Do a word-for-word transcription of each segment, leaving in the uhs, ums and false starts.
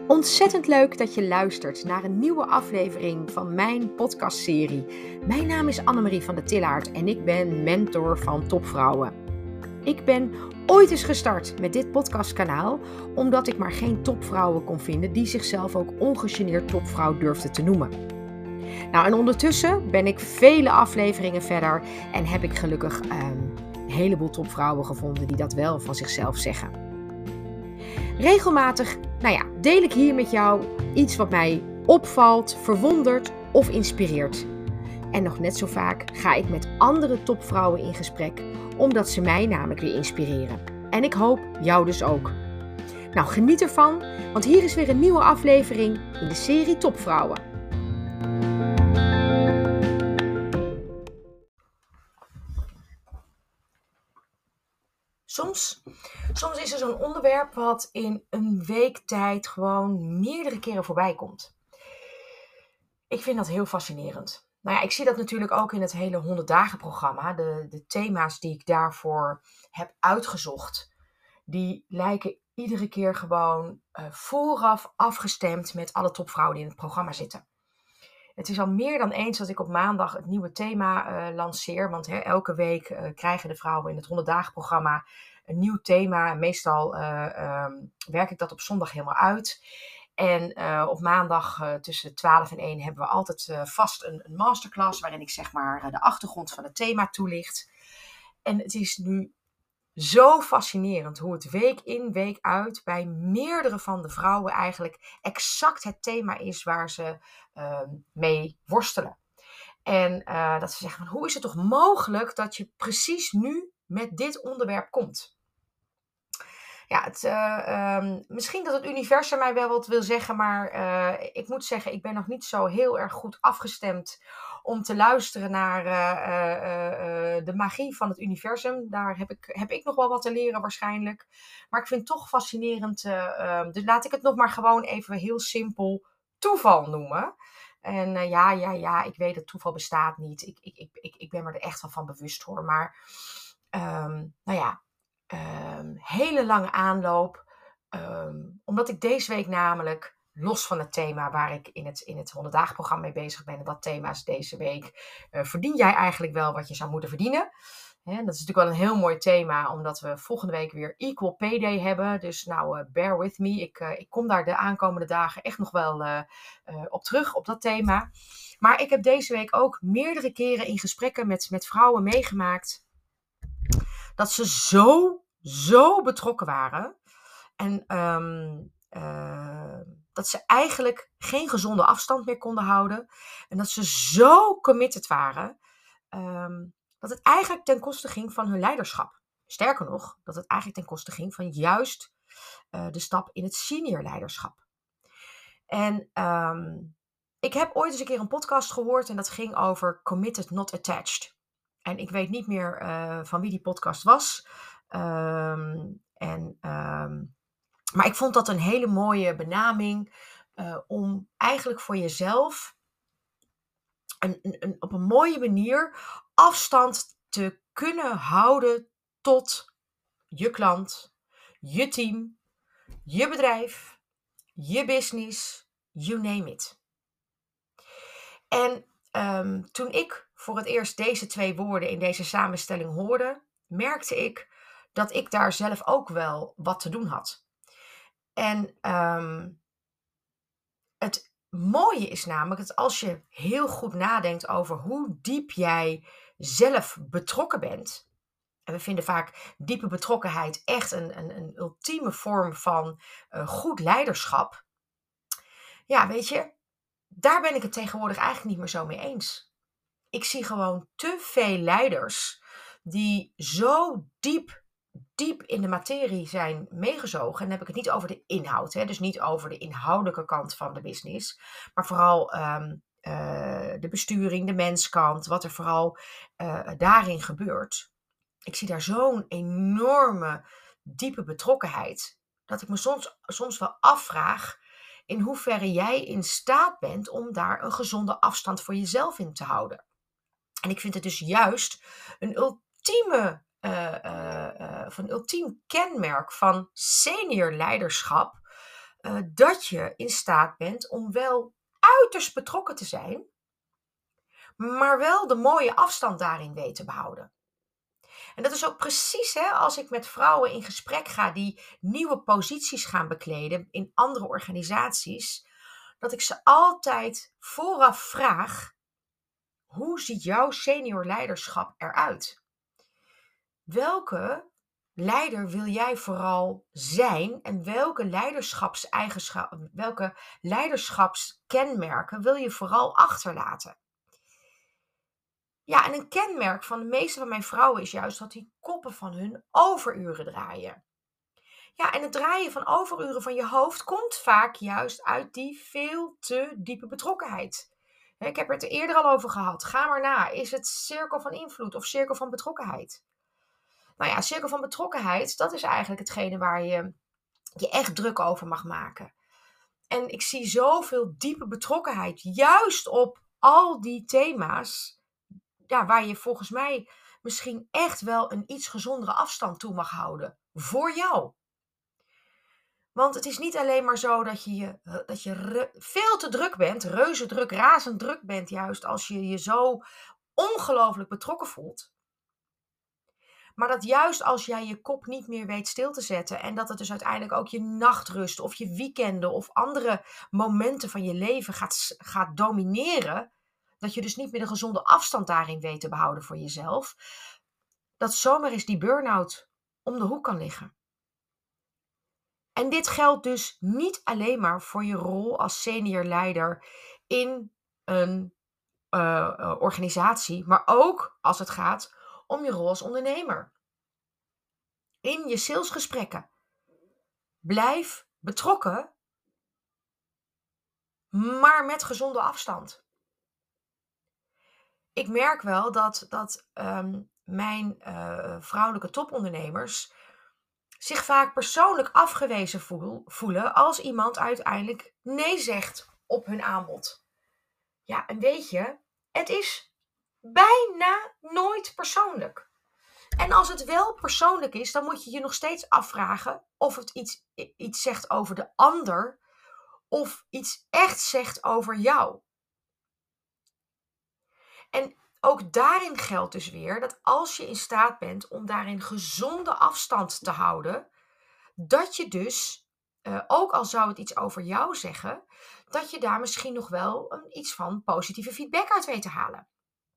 Ontzettend leuk dat je luistert naar een nieuwe aflevering van mijn podcastserie. Mijn naam is Annemarie van der Tillaert en ik ben mentor van topvrouwen. Ik ben ooit eens gestart met dit podcastkanaal omdat ik maar geen topvrouwen kon vinden die zichzelf ook ongegeneerd topvrouw durfden te noemen. Nou, en ondertussen ben ik vele afleveringen verder en heb ik gelukkig um, een heleboel topvrouwen gevonden die dat wel van zichzelf zeggen. Regelmatig, nou ja, deel ik hier met jou iets wat mij opvalt, verwondert of inspireert. En nog net zo vaak ga ik met andere topvrouwen in gesprek, omdat ze mij namelijk weer inspireren. En ik hoop jou dus ook. Nou, geniet ervan, want hier is weer een nieuwe aflevering in de serie Topvrouwen. Soms, soms is er zo'n onderwerp wat in een week tijd gewoon meerdere keren voorbij komt. Ik vind dat heel fascinerend. Nou ja, ik zie dat natuurlijk ook in het hele honderd dagen programma. De, de thema's die ik daarvoor heb uitgezocht, die lijken iedere keer gewoon uh, vooraf afgestemd met alle topvrouwen die in het programma zitten. Het is al meer dan eens dat ik op maandag het nieuwe thema uh, lanceer. Want hè, elke week uh, krijgen de vrouwen in het honderd dagen programma een nieuw thema. En meestal uh, um, werk ik dat op zondag helemaal uit. En uh, op maandag uh, tussen twaalf en één hebben we altijd uh, vast een, een masterclass. Waarin ik zeg maar uh, de achtergrond van het thema toelicht. En het is nu zo fascinerend hoe het week in, week uit bij meerdere van de vrouwen eigenlijk exact het thema is waar ze uh, mee worstelen. En uh, dat ze zeggen, van, hoe is het toch mogelijk dat je precies nu met dit onderwerp komt? Ja, het, uh, um, misschien dat het universum mij wel wat wil zeggen, maar uh, ik moet zeggen, ik ben nog niet zo heel erg goed afgestemd om te luisteren naar uh, uh, uh, de magie van het universum. Daar heb ik, heb ik nog wel wat te leren waarschijnlijk. Maar ik vind het toch fascinerend. Uh, uh, dus laat ik het nog maar gewoon even heel simpel toeval noemen. En uh, ja, ja, ja, ik weet dat toeval bestaat niet. Ik, ik, ik, ik, ik ben me er echt wel van bewust hoor. Maar um, nou ja, um, hele lange aanloop. Um, omdat ik deze week namelijk, los van het thema waar ik in het, in het honderd dagen programma mee bezig ben. En dat thema is deze week, uh, verdien jij eigenlijk wel wat je zou moeten verdienen? He, dat is natuurlijk wel een heel mooi thema, omdat we volgende week weer Equal Pay Day hebben. Dus nou, uh, bear with me. Ik, uh, ik kom daar de aankomende dagen echt nog wel uh, uh, op terug, op dat thema. Maar ik heb deze week ook meerdere keren in gesprekken met, met vrouwen meegemaakt dat ze zo, zo betrokken waren. En um, uh, dat ze eigenlijk geen gezonde afstand meer konden houden. En dat ze zo committed waren, um, dat het eigenlijk ten koste ging van hun leiderschap. Sterker nog, dat het eigenlijk ten koste ging van juist uh, de stap in het senior leiderschap. En um, ik heb ooit eens een keer een podcast gehoord en dat ging over committed not attached. En ik weet niet meer uh, van wie die podcast was. Um, en... Um, Maar ik vond dat een hele mooie benaming uh, om eigenlijk voor jezelf een, een, een, op een mooie manier afstand te kunnen houden tot je klant, je team, je bedrijf, je business, you name it. En um, toen ik voor het eerst deze twee woorden in deze samenstelling hoorde, merkte ik dat ik daar zelf ook wel wat te doen had. En um, het mooie is namelijk dat als je heel goed nadenkt over hoe diep jij zelf betrokken bent. En we vinden vaak diepe betrokkenheid echt een, een, een ultieme vorm van uh, goed leiderschap. Ja, weet je, daar ben ik het tegenwoordig eigenlijk niet meer zo mee eens. Ik zie gewoon te veel leiders die zo diep diep in de materie zijn meegezogen. En dan heb ik het niet over de inhoud. Hè? Dus niet over de inhoudelijke kant van de business. Maar vooral um, uh, de besturing, de menskant. Wat er vooral uh, daarin gebeurt. Ik zie daar zo'n enorme, diepe betrokkenheid. Dat ik me soms, soms wel afvraag in hoeverre jij in staat bent om daar een gezonde afstand voor jezelf in te houden. En ik vind het dus juist een ultieme Uh, uh, uh, van een ultiem kenmerk van senior leiderschap, uh, dat je in staat bent om wel uiterst betrokken te zijn, maar wel de mooie afstand daarin weet te behouden. En dat is ook precies hè, als ik met vrouwen in gesprek ga die nieuwe posities gaan bekleden in andere organisaties, dat ik ze altijd vooraf vraag: hoe ziet jouw senior leiderschap eruit? Welke leider wil jij vooral zijn en welke leiderschapseigenschappen, welke leiderschapskenmerken wil je vooral achterlaten? Ja, en een kenmerk van de meeste van mijn vrouwen is juist dat die koppen van hun overuren draaien. Ja, en het draaien van overuren van je hoofd komt vaak juist uit die veel te diepe betrokkenheid. Ik heb het er eerder al over gehad. Ga maar na. Is het cirkel van invloed of cirkel van betrokkenheid? Nou ja, cirkel van betrokkenheid, dat is eigenlijk hetgene waar je je echt druk over mag maken. En ik zie zoveel diepe betrokkenheid juist op al die thema's, ja, waar je volgens mij misschien echt wel een iets gezondere afstand toe mag houden. Voor jou. Want het is niet alleen maar zo dat je, je, dat je re- veel te druk bent, reuze druk, razend druk bent juist als je je zo ongelooflijk betrokken voelt. Maar dat juist als jij je kop niet meer weet stil te zetten en dat het dus uiteindelijk ook je nachtrust of je weekenden of andere momenten van je leven gaat, gaat domineren, dat je dus niet meer de gezonde afstand daarin weet te behouden voor jezelf, dat zomaar eens die burn-out om de hoek kan liggen. En dit geldt dus niet alleen maar voor je rol als senior leider in een uh, uh, organisatie, maar ook als het gaat om je rol als ondernemer. In je salesgesprekken. Blijf betrokken, maar met gezonde afstand. Ik merk wel dat, dat um, mijn uh, vrouwelijke topondernemers zich vaak persoonlijk afgewezen voel, voelen als iemand uiteindelijk nee zegt op hun aanbod. Ja, en weet je, het is bijna nooit persoonlijk. En als het wel persoonlijk is, dan moet je je nog steeds afvragen of het iets, iets zegt over de ander of iets echt zegt over jou. En ook daarin geldt dus weer dat als je in staat bent om daarin gezonde afstand te houden, dat je dus, uh, ook al zou het iets over jou zeggen, dat je daar misschien nog wel um, iets van positieve feedback uit weet te halen.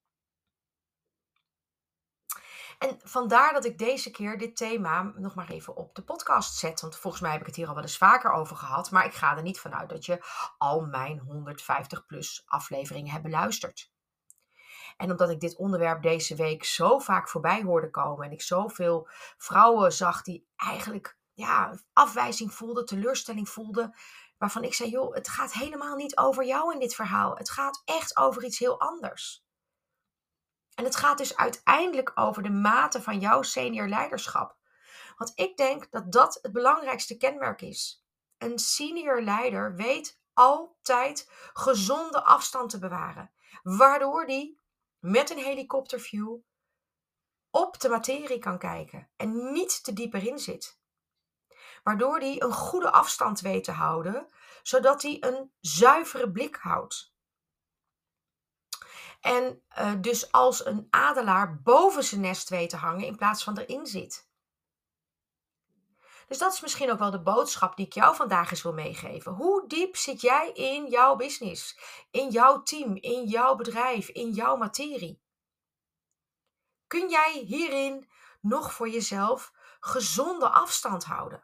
En vandaar dat ik deze keer dit thema nog maar even op de podcast zet. Want volgens mij heb ik het hier al wel eens vaker over gehad. Maar ik ga er niet vanuit dat je al mijn honderdvijftig plus afleveringen hebt beluisterd. En omdat ik dit onderwerp deze week zo vaak voorbij hoorde komen. En ik zoveel vrouwen zag die eigenlijk ja, afwijzing voelden, teleurstelling voelden. Waarvan ik zei, joh, het gaat helemaal niet over jou in dit verhaal. Het gaat echt over iets heel anders. En het gaat dus uiteindelijk over de mate van jouw senior leiderschap. Want ik denk dat dat het belangrijkste kenmerk is. Een senior leider weet altijd gezonde afstand te bewaren. Waardoor die met een helikopterview op de materie kan kijken en niet te diep erin zit. Waardoor die een goede afstand weet te houden, zodat hij een zuivere blik houdt. En uh, dus als een adelaar boven zijn nest weet te hangen in plaats van erin zit. Dus dat is misschien ook wel de boodschap die ik jou vandaag eens wil meegeven. Hoe diep zit jij in jouw business, in jouw team, in jouw bedrijf, in jouw materie? Kun jij hierin nog voor jezelf gezonde afstand houden?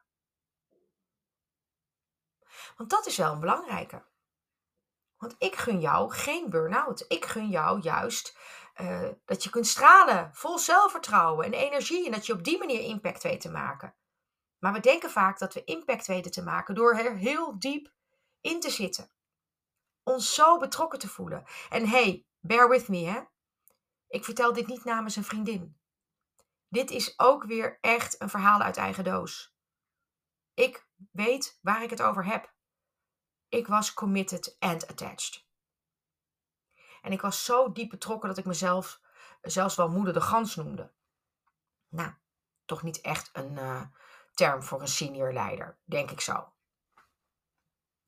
Want dat is wel een belangrijke. Want ik gun jou geen burn-out. Ik gun jou juist uh, dat je kunt stralen, vol zelfvertrouwen en energie. En dat je op die manier impact weet te maken. Maar we denken vaak dat we impact weten te maken door er heel diep in te zitten. Ons zo betrokken te voelen. En hey, bear with me hè. Ik vertel dit niet namens een vriendin. Dit is ook weer echt een verhaal uit eigen doos. Ik weet waar ik het over heb. Ik was committed and attached. En ik was zo diep betrokken dat ik mezelf zelfs wel moeder de gans noemde. Nou, toch niet echt een uh, term voor een senior leider, denk ik zo.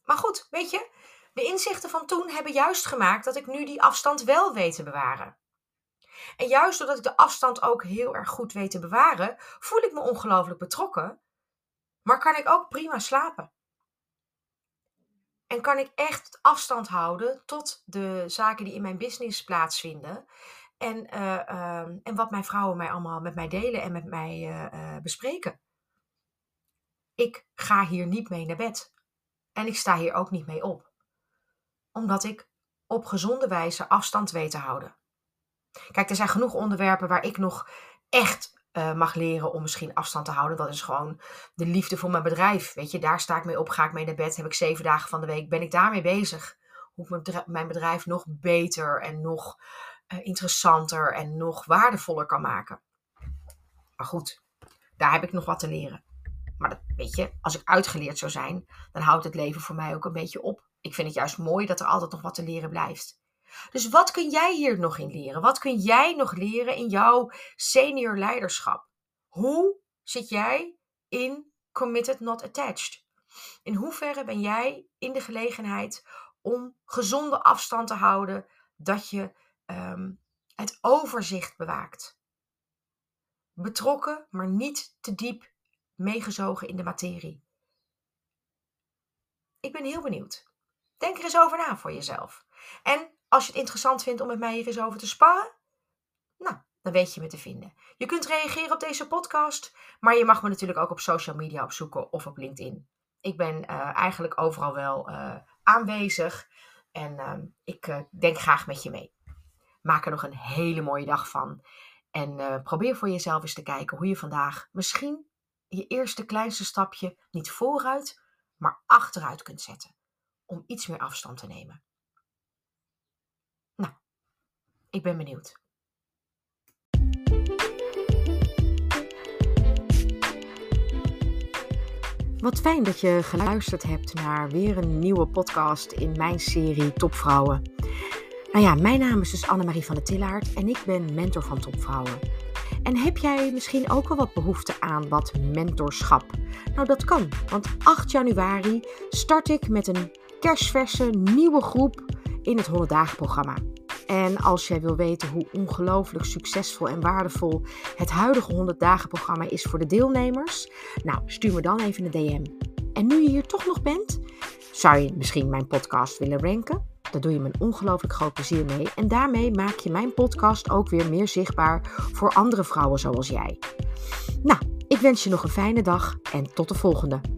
Maar goed, weet je, de inzichten van toen hebben juist gemaakt dat ik nu die afstand wel weet te bewaren. En juist doordat ik de afstand ook heel erg goed weet te bewaren, voel ik me ongelooflijk betrokken, maar kan ik ook prima slapen. En kan ik echt afstand houden tot de zaken die in mijn business plaatsvinden. En, uh, um, en wat mijn vrouwen mij allemaal met mij delen en met mij uh, uh, bespreken. Ik ga hier niet mee naar bed. En ik sta hier ook niet mee op. Omdat ik op gezonde wijze afstand weet te houden. Kijk, er zijn genoeg onderwerpen waar ik nog echt uh, mag leren om misschien afstand te houden. Dat is gewoon de liefde voor mijn bedrijf. Weet je, daar sta ik mee op, ga ik mee naar bed, heb ik zeven dagen van de week, ben ik daarmee bezig. Hoe ik mijn bedrijf, mijn bedrijf nog beter en nog uh, interessanter en nog waardevoller kan maken. Maar goed, daar heb ik nog wat te leren. Maar dat, weet je, als ik uitgeleerd zou zijn, dan houdt het leven voor mij ook een beetje op. Ik vind het juist mooi dat er altijd nog wat te leren blijft. Dus wat kun jij hier nog in leren? Wat kun jij nog leren in jouw senior leiderschap? Hoe zit jij in committed not attached? In hoeverre ben jij in de gelegenheid om gezonde afstand te houden, dat je um, het overzicht bewaakt? Betrokken, maar niet te diep meegezogen in de materie. Ik ben heel benieuwd. Denk er eens over na voor jezelf. En als je het interessant vindt om met mij hier eens over te sparren, nou, dan weet je me te vinden. Je kunt reageren op deze podcast, maar je mag me natuurlijk ook op social media opzoeken of op LinkedIn. Ik ben uh, eigenlijk overal wel uh, aanwezig en uh, ik uh, denk graag met je mee. Maak er nog een hele mooie dag van. En uh, probeer voor jezelf eens te kijken hoe je vandaag misschien je eerste kleinste stapje niet vooruit, maar achteruit kunt zetten. Om iets meer afstand te nemen. Nou, ik ben benieuwd. Wat fijn dat je geluisterd hebt naar weer een nieuwe podcast in mijn serie Topvrouwen. Nou ja, mijn naam is dus Annemarie van der Tillaert en ik ben mentor van Topvrouwen. En heb jij misschien ook wel wat behoefte aan wat mentorschap? Nou, dat kan, want acht januari start ik met een kersverse nieuwe groep in het honderd dagen programma. En als jij wil weten hoe ongelooflijk succesvol en waardevol het huidige honderd dagen programma is voor de deelnemers, nou, stuur me dan even een D M. En nu je hier toch nog bent, zou je misschien mijn podcast willen ranken? Daar doe je me een ongelooflijk groot plezier mee. En daarmee maak je mijn podcast ook weer meer zichtbaar voor andere vrouwen zoals jij. Nou, ik wens je nog een fijne dag en tot de volgende.